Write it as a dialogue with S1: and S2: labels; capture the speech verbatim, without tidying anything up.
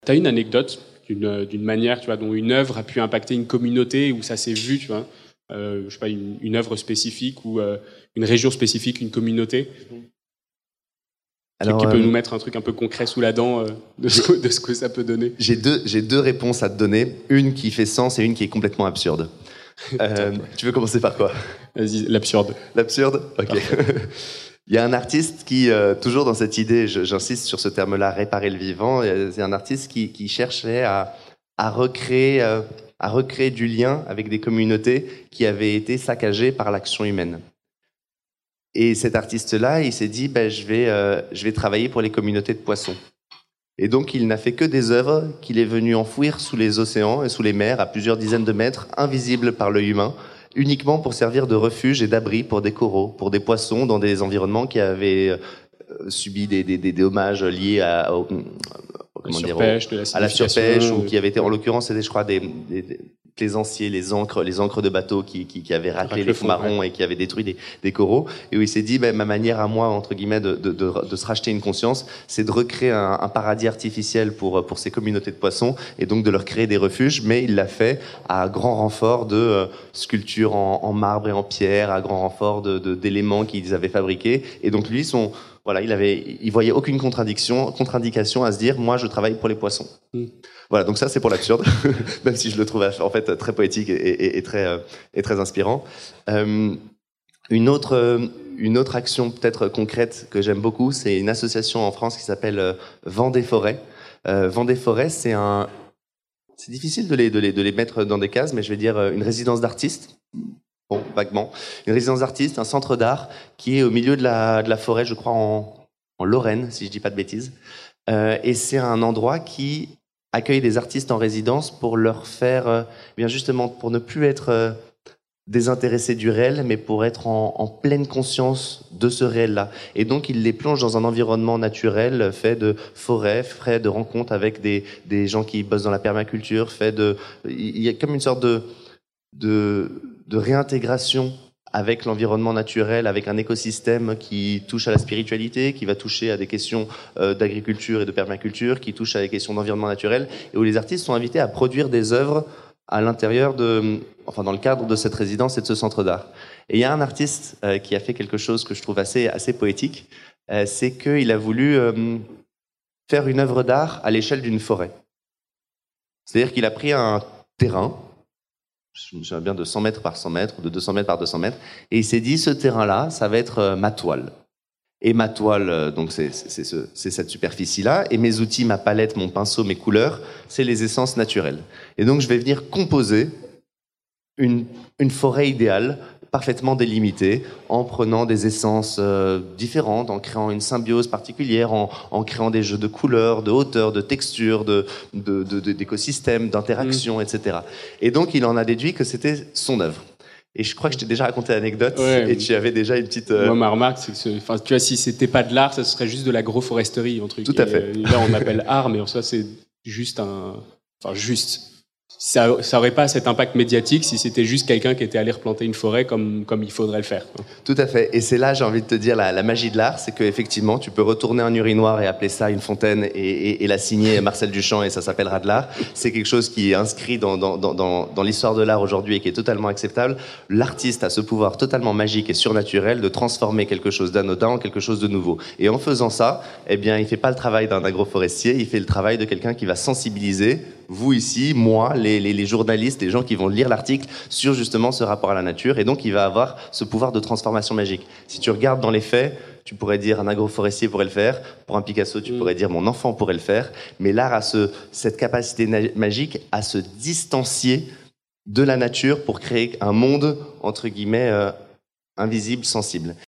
S1: Tu as une anecdote d'une, d'une manière, tu vois, dont une œuvre a pu impacter une communauté, où ça s'est vu, tu vois, euh, je sais pas, une, une œuvre spécifique ou euh, une région spécifique, une communauté. Alors, qui peut euh, nous mettre un truc un peu concret sous la dent euh, de, ce que, de ce que ça peut donner.
S2: J'ai deux, j'ai deux réponses à te donner, une qui fait sens et une qui est complètement absurde. Euh, tu veux commencer par quoi?
S1: Vas-y, l'absurde.
S2: L'absurde? Ok. Il y a un artiste qui, euh, toujours dans cette idée, je, j'insiste sur ce terme-là, réparer le vivant, c'est un artiste qui, qui cherchait à, à, recréer, euh, à recréer du lien avec des communautés qui avaient été saccagées par l'action humaine. Et cet artiste-là, il s'est dit, ben, je vais, euh, je vais travailler pour les communautés de poissons. Et donc, il n'a fait que des œuvres qu'il est venu enfouir sous les océans et sous les mers, à plusieurs dizaines de mètres, invisibles par l'œil humain, uniquement pour servir de refuge et d'abri pour des coraux, pour des poissons dans des environnements qui avaient euh, subi des, des, des dommages liés à, au, comment dire, au, à la surpêche, ou qui avaient été, en l'occurrence, c'était, je crois, des, des, des plaisanciers, les ancres, les ancres de bateaux qui, qui, qui avaient raclé les fonds marrons, ouais, et qui avaient détruit des, des coraux, et où il s'est dit, ben, ma manière à moi, entre guillemets, de, de, de, de se racheter une conscience, c'est de recréer un, un paradis artificiel pour, pour ces communautés de poissons, et donc de leur créer des refuges, mais il l'a fait à grand renfort de euh, sculptures en, en marbre et en pierre, à grand renfort de, de, d'éléments qu'ils avaient fabriqués, et donc lui, son... Voilà, il avait, il voyait aucune contradiction, contre-indication à se dire, moi, je travaille pour les poissons. Mm. Voilà, donc ça, c'est pour l'absurde, même si je le trouve en fait très poétique et, et, et très, euh, et très inspirant. Euh, une autre, une autre action peut-être concrète que j'aime beaucoup, c'est une association en France qui s'appelle euh, Vendée Forêt. Euh, Vendée Forêt, c'est un, c'est difficile de les, de les, de les mettre dans des cases, mais je vais dire euh, une résidence d'artistes. Bon, vaguement. Une résidence d'artistes, un centre d'art qui est au milieu de la, de la forêt, je crois, en, en Lorraine, si je dis pas de bêtises. Euh, et c'est un endroit qui accueille des artistes en résidence pour leur faire, euh, bien justement, pour ne plus être euh, désintéressés du réel, mais pour être en, en pleine conscience de ce réel-là. Et donc, il les plonge dans un environnement naturel fait de forêts, fait de rencontres avec des, des gens qui bossent dans la permaculture, fait de... Il y a comme une sorte de... de de réintégration avec l'environnement naturel, avec un écosystème qui touche à la spiritualité, qui va toucher à des questions euh, d'agriculture et de permaculture, qui touche à des questions d'environnement naturel, et où les artistes sont invités à produire des œuvres à l'intérieur de, enfin dans le cadre de cette résidence et de ce centre d'art. Et il y a un artiste euh, qui a fait quelque chose que je trouve assez, assez poétique, euh, c'est qu'il a voulu euh, faire une œuvre d'art à l'échelle d'une forêt. C'est-à-dire qu'il a pris un terrain, je me souviens bien, de cent mètres par cent mètres, de deux cents mètres par deux cents mètres, et il s'est dit, ce terrain-là, ça va être euh, ma toile. Et ma toile, euh, donc c'est, c'est, c'est, ce, c'est cette superficie-là, et mes outils, ma palette, mon pinceau, mes couleurs, c'est les essences naturelles. Et donc je vais venir composer une, une forêt idéale, parfaitement délimitée, en prenant des essences euh, différentes, en créant une symbiose particulière, en, en créant des jeux de couleurs, de hauteur, de texture, de, de, de, de, d'écosystèmes, d'interactions, mmh. et cetera. Et donc, il en a déduit que c'était son œuvre. Et je crois que je t'ai déjà raconté l'anecdote, ouais, et tu avais déjà une petite... Euh...
S1: Moi, ma remarque, c'est que, ce, enfin, tu vois, si c'était pas de l'art, ça serait juste de l'agroforesterie, un truc.
S2: Tout à fait.
S1: Et, là, on appelle art, mais en soi, c'est juste un... Enfin, juste... Ça, ça aurait pas cet impact médiatique si c'était juste quelqu'un qui était allé replanter une forêt comme, comme il faudrait le faire.
S2: Tout à fait. Et c'est là, j'ai envie de te dire, la, la magie de l'art, c'est qu'effectivement, tu peux retourner un urinoir et appeler ça une fontaine et, et, et la signer Marcel Duchamp et ça s'appellera de l'art. C'est quelque chose qui est inscrit dans, dans, dans, dans, dans l'histoire de l'art aujourd'hui et qui est totalement acceptable. L'artiste a ce pouvoir totalement magique et surnaturel de transformer quelque chose d'anodin en quelque chose de nouveau. Et en faisant ça, eh bien, il fait pas le travail d'un agroforestier, il fait le travail de quelqu'un qui va sensibiliser vous ici, moi, les, les, les journalistes, les gens qui vont lire l'article sur justement ce rapport à la nature, et donc il va avoir ce pouvoir de transformation magique. Si tu regardes dans les faits, tu pourrais dire un agroforestier pourrait le faire, pour un Picasso tu mmh. pourrais dire mon enfant pourrait le faire, mais l'art a ce, cette capacité na- magique à se distancier de la nature pour créer un monde, entre guillemets, euh, invisible, sensible.